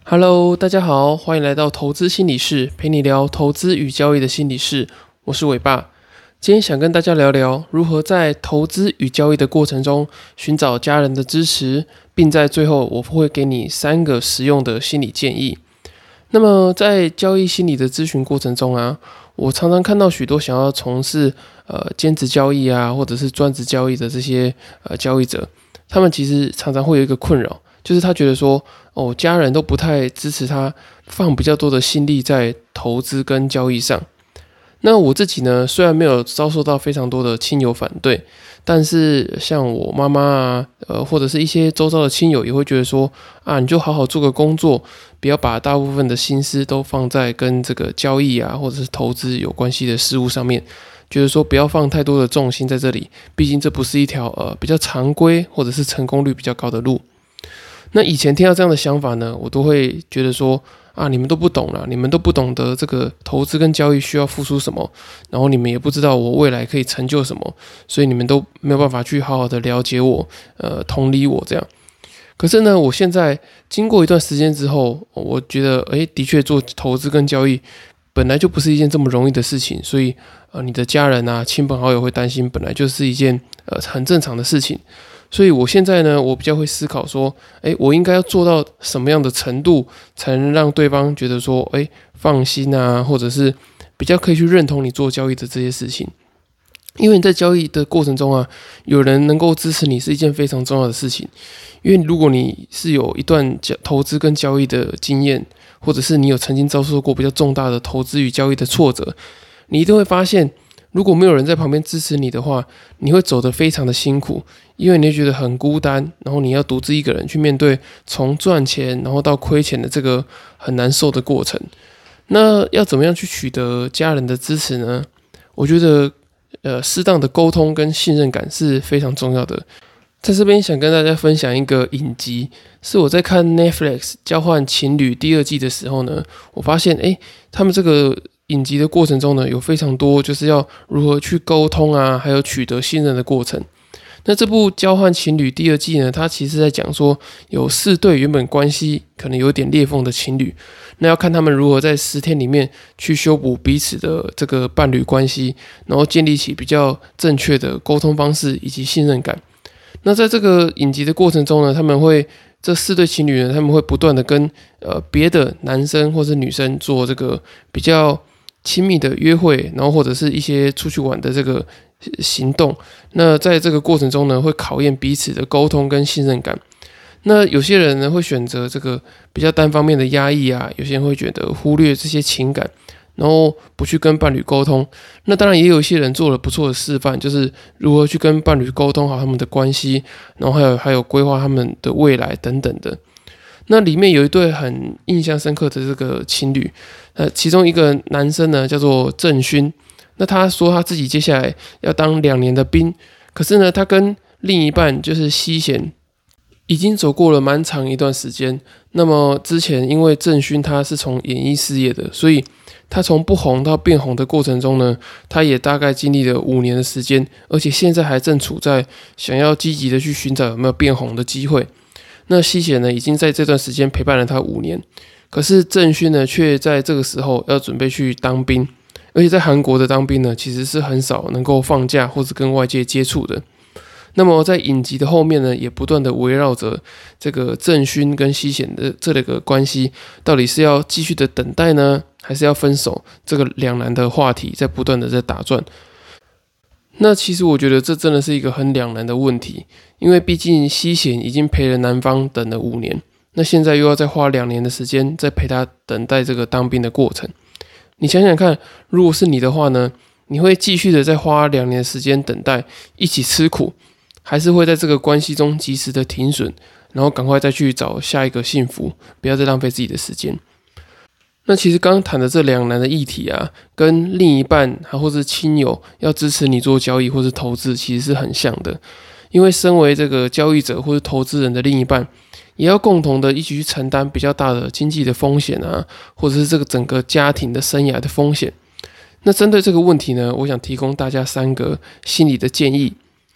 Hello，大家好，欢迎来到投资心理室，陪你聊投资与交易的心理室。我是伟爸，今天想跟大家聊聊如何在投资与交易的过程中寻找家人的支持，并在最后我会给你3个实用的心理建议。那么在交易心理的咨询过程中啊，我常常看到许多想要从事兼职交易啊，或者是专职交易的这些交易者，他们其实常常会有一个困扰，就是他觉得说，家人都不太支持他放比较多的心力在投资跟交易上。那我自己呢，虽然没有遭受到非常多的亲友反对，但是像我妈妈啊，或者是一些周遭的亲友也会觉得说，你就好好做个工作，不要把大部分的心思都放在跟这个交易啊，或者是投资有关系的事物上面，觉得说不要放太多的重心在这里，毕竟这不是一条比较常规或者是成功率比较高的路。那以前听到这样的想法呢，我都会觉得说，你们都不懂啦，你们都不懂得这个投资跟交易需要付出什么，然后你们也不知道我未来可以成就什么，所以你们都没有办法去好好的了解我，同理我这样。可是呢，我现在经过一段时间之后，我觉得，的确做投资跟交易本来就不是一件这么容易的事情，所以你的家人啊、亲朋好友会担心，本来就是一件很正常的事情。所以我现在呢，我比较会思考说，我应该要做到什么样的程度，才能让对方觉得说，放心啊，或者是比较可以去认同你做交易的这些事情。因为你在交易的过程中啊，有人能够支持你是一件非常重要的事情。因为如果你是有一段投资跟交易的经验，或者是你有曾经遭受过比较重大的投资与交易的挫折，你一定会发现，如果没有人在旁边支持你的话，你会走得非常的辛苦，因为你会觉得很孤单，然后你要独自一个人去面对从赚钱然后到亏钱的这个很难受的过程。那要怎么样去取得家人的支持呢？我觉得适当的沟通跟信任感是非常重要的。在这边想跟大家分享一个影集，是我在看 Netflix 交换情侣第2季的时候呢，我发现他们这个影集的过程中呢，有非常多就是要如何去沟通啊，还有取得信任的过程。那这部交换情侣第2季呢，它其实在讲说有4对原本关系可能有点裂缝的情侣，那要看他们如何在10天里面去修补彼此的这个伴侣关系，然后建立起比较正确的沟通方式以及信任感。那在这个影集的过程中呢，这4对情侣呢，他们会不断的跟别的男生或是女生做这个比较亲密的约会，然后或者是一些出去玩的这个行动。那在这个过程中呢，会考验彼此的沟通跟信任感。那有些人呢会选择这个比较单方面的压抑啊，有些人会觉得忽略这些情感，然后不去跟伴侣沟通。那当然也有一些人做了不错的示范，就是如何去跟伴侣沟通好他们的关系，然后还有规划他们的未来等等的。那里面有一对很印象深刻的这个情侣，其中一个男生呢叫做郑勋，那他说他自己接下来要当2年的兵，可是呢他跟另一半就是西贤已经走过了蛮长一段时间。那么之前因为郑勋他是从演艺事业的，所以他从不红到变红的过程中呢，他也大概经历了5年的时间，而且现在还正处在想要积极的去寻找有没有变红的机会。那西贤呢，已经在这段时间陪伴了他5年，可是郑勋呢，却在这个时候要准备去当兵，而且在韩国的当兵呢，其实是很少能够放假或是跟外界接触的。那么在影集的后面呢，也不断的围绕着这个郑勋跟西贤的这两个关系，到底是要继续的等待呢，还是要分手？这个两难的话题在不断的在打转。那其实我觉得这真的是一个很两难的问题，因为毕竟西贤已经陪了男方等了5年，那现在又要再花2年的时间再陪他等待这个当兵的过程。你想想看，如果是你的话呢，你会继续的再花2年的时间等待，一起吃苦，还是会在这个关系中及时的停损，然后赶快再去找下一个幸福，不要再浪费自己的时间？那其实刚刚谈的这两难的议题啊，跟另一半或是亲友要支持你做交易或是投资，其实是很像的。因为身为这个交易者或是投资人的另一半，也要共同的一起去承担比较大的经济的风险啊，或者是这个整个家庭的生涯的风险。那针对这个问题呢，我想提供大家3个心理的建议。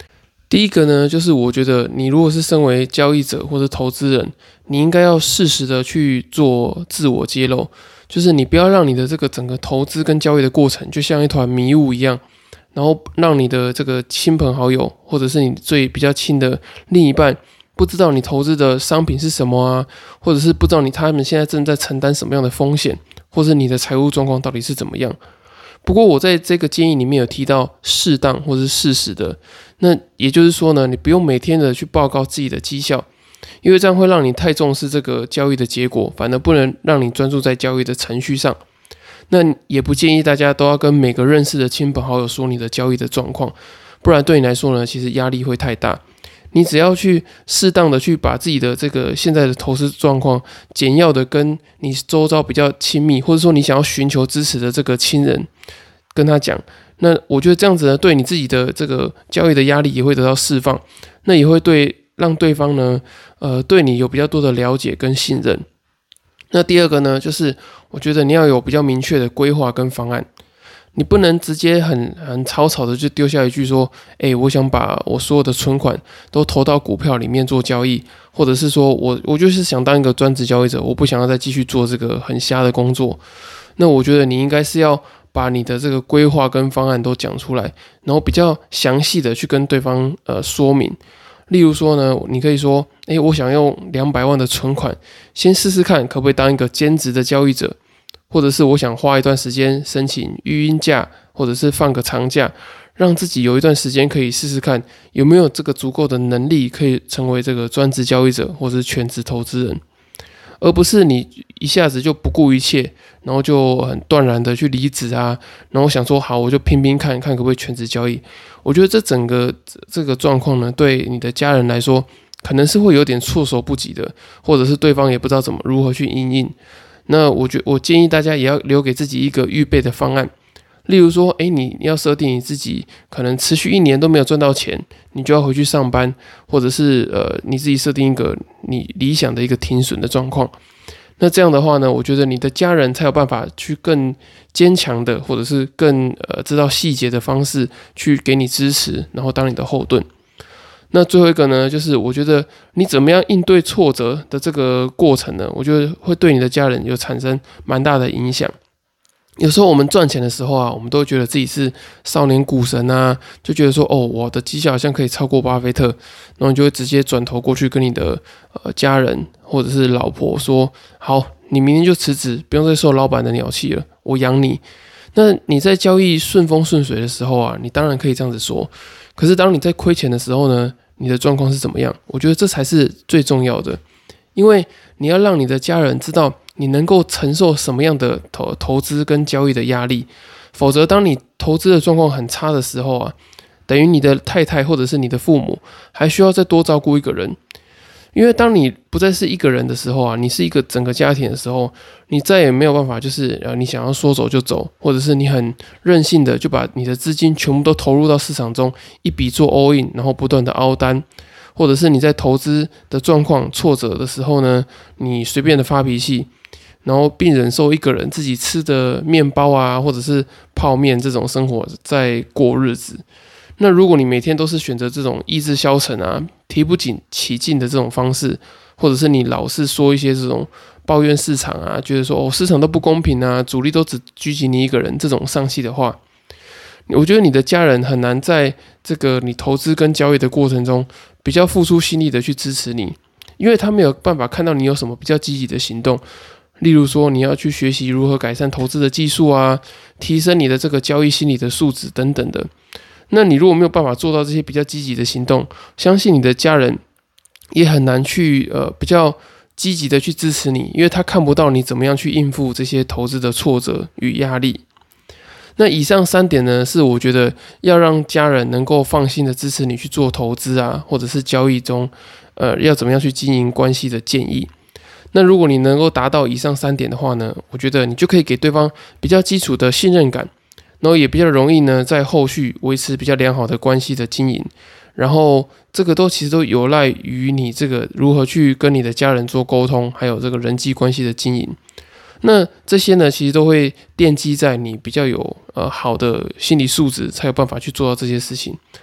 第一个呢，就是我觉得你如果是身为交易者或者投资人，你应该要适时的去做自我揭露，就是你不要让你的这个整个投资跟交易的过程就像一团迷雾一样，然后让你的这个亲朋好友或者是你比较亲的另一半不知道你投资的商品是什么啊，或者是不知道他们现在正在承担什么样的风险，或者你的财务状况到底是怎么样。不过我在这个建议里面有提到适当或是适时的，那也就是说呢，你不用每天的去报告自己的绩效，因为这样会让你太重视这个交易的结果，反而不能让你专注在交易的程序上。那也不建议大家都要跟每个认识的亲朋好友说你的交易的状况，不然对你来说呢，其实压力会太大。你只要去适当的去把自己的这个现在的投资状况简要的跟你周遭比较亲密，或者说你想要寻求支持的这个亲人跟他讲，那我觉得这样子呢，对你自己的这个交易的压力也会得到释放，那也会让对方呢，对你有比较多的了解跟信任。那第二个呢，就是我觉得你要有比较明确的规划跟方案。你不能直接很草草的就丢下一句说，我想把我所有的存款都投到股票里面做交易，或者是说我就是想当一个专职交易者，我不想要再继续做这个很瞎的工作。那我觉得你应该是要把你的这个规划跟方案都讲出来，然后比较详细的去跟对方说明。例如说呢，你可以说，我想用200万的存款，先试试看可不可以当一个兼职的交易者。或者是我想花一段时间申请育婴假，或者是放个长假，让自己有一段时间可以试试看有没有这个足够的能力可以成为这个专职交易者或者是全职投资人，而不是你一下子就不顾一切，然后就很断然的去离职啊，然后想说好我就拼拼看可不可以全职交易。我觉得这个状况呢，对你的家人来说可能是会有点措手不及的，或者是对方也不知道如何去因应。那我建议大家也要留给自己一个预备的方案，例如说，你要设定你自己可能持续1年都没有赚到钱，你就要回去上班，或者是你自己设定一个你理想的一个停损的状况。那这样的话呢，我觉得你的家人才有办法去更坚强的，或者是更知道细节的方式去给你支持，然后当你的后盾。那最后一个呢，就是我觉得你怎么样应对挫折的这个过程呢，我觉得会对你的家人有产生蛮大的影响。有时候我们赚钱的时候啊，我们都会觉得自己是少年股神啊，就觉得说我的绩效好像可以超过巴菲特，然后你就会直接转头过去跟你的家人或者是老婆说，好，你明天就辞职，不用再受老板的鸟气了，我养你。那你在交易顺风顺水的时候啊，你当然可以这样子说，可是当你在亏钱的时候呢，你的状况是怎么样？我觉得这才是最重要的，因为你要让你的家人知道你能够承受什么样的投资跟交易的压力，否则当你投资的状况很差的时候啊，等于你的太太或者是你的父母还需要再多照顾一个人。因为当你不再是一个人的时候啊，你是一个整个家庭的时候，你再也没有办法就是你想要说走就走，或者是你很任性的就把你的资金全部都投入到市场中，一笔做 all in， 然后不断的凹单，或者是你在投资的状况挫折的时候呢，你随便的发脾气，然后并忍受一个人自己吃的面包啊，或者是泡面这种生活在过日子。那如果你每天都是选择这种意志消沉啊、提不起劲的这种方式，或者是你老是说一些这种抱怨市场啊，觉得说市场都不公平啊，主力都只狙击你一个人这种丧气的话，我觉得你的家人很难在这个你投资跟交易的过程中比较付出心力的去支持你，因为他没有办法看到你有什么比较积极的行动。例如说你要去学习如何改善投资的技术啊，提升你的这个交易心理的素质等等的。那你如果没有办法做到这些比较积极的行动，相信你的家人也很难去比较积极的去支持你，因为他看不到你怎么样去应付这些投资的挫折与压力。那以上3点呢，是我觉得要让家人能够放心的支持你去做投资啊，或者是交易中要怎么样去经营关系的建议。那如果你能够达到以上3点的话呢，我觉得你就可以给对方比较基础的信任感，然后也比较容易呢，在后续维持比较良好的关系的经营，然后这个其实都有赖于你这个如何去跟你的家人做沟通，还有这个人际关系的经营。那这些呢，其实都会奠基在你比较有好的心理素质，才有办法去做到这些事情。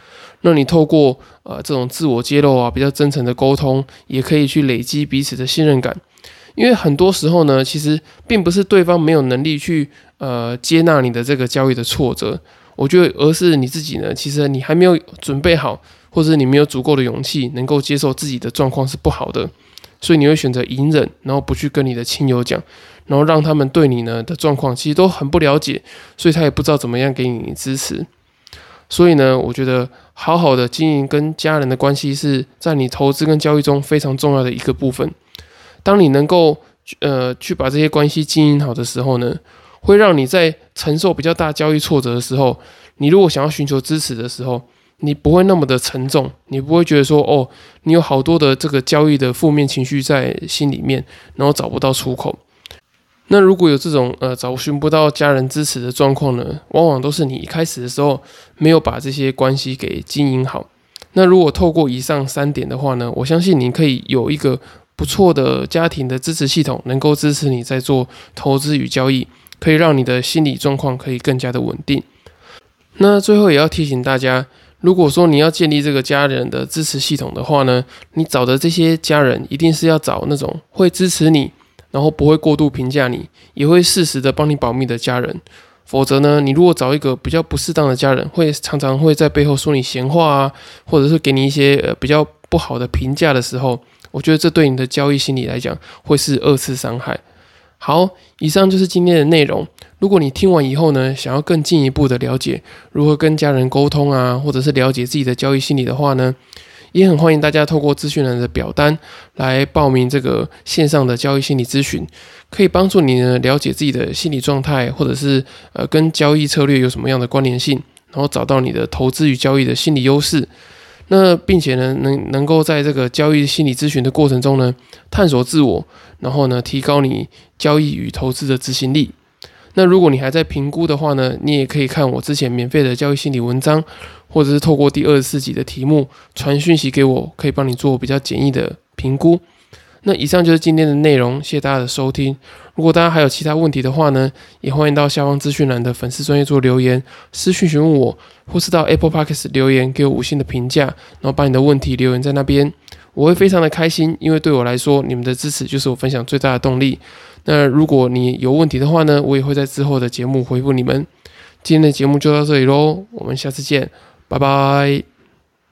那你透过这种自我揭露啊，比较真诚的沟通，也可以去累积彼此的信任感。因为很多时候呢，其实并不是对方没有能力去接纳你的这个交易的挫折，我觉得而是你自己呢，其实你还没有准备好，或者你没有足够的勇气，能够接受自己的状况是不好的，所以你会选择隐忍，然后不去跟你的亲友讲，然后让他们对你呢的状况其实都很不了解，所以他也不知道怎么样给你支持。所以呢，我觉得好好的经营跟家人的关系是在你投资跟交易中非常重要的一个部分。当你能够去把这些关系经营好的时候呢，会让你在承受比较大交易挫折的时候，你如果想要寻求支持的时候，你不会那么的沉重，你不会觉得说你有好多的这个交易的负面情绪在心里面，然后找不到出口。那如果有这种找寻不到家人支持的状况呢，往往都是你一开始的时候没有把这些关系给经营好。那如果透过以上3点的话呢，我相信你可以有一个不错的家庭的支持系统，能够支持你在做投资与交易，可以让你的心理状况可以更加的稳定。那最后也要提醒大家，如果说你要建立这个家人的支持系统的话呢，你找的这些家人一定是要找那种会支持你，然后不会过度评价你，也会适时的帮你保密的家人。否则呢，你如果找一个比较不适当的家人，常常会在背后说你闲话啊，或者是给你一些比较不好的评价的时候，我觉得这对你的交易心理来讲会是2次伤害。好，以上就是今天的内容。如果你听完以后呢，想要更进一步的了解如何跟家人沟通啊，或者是了解自己的交易心理的话呢，也很欢迎大家透过资讯栏的表单来报名这个线上的交易心理咨询，可以帮助你呢了解自己的心理状态，或者是跟交易策略有什么样的关联性，然后找到你的投资与交易的心理优势。那并且呢，能够在这个交易心理咨询的过程中呢，探索自我，然后呢，提高你交易与投资的执行力。那如果你还在评估的话呢，你也可以看我之前免费的交易心理文章，或者是透过第24集的题目传讯息给我，可以帮你做比较简易的评估。那以上就是今天的内容，谢谢大家的收听。如果大家还有其他问题的话呢，也欢迎到下方资讯栏的粉丝专页做留言，私讯询问我，或是到 Apple Podcast 留言给我5星的评价，然后把你的问题留言在那边，我会非常的开心，因为对我来说，你们的支持就是我分享最大的动力。那如果你有问题的话呢，我也会在之后的节目回复你们。今天的节目就到这里咯，我们下次见，拜拜。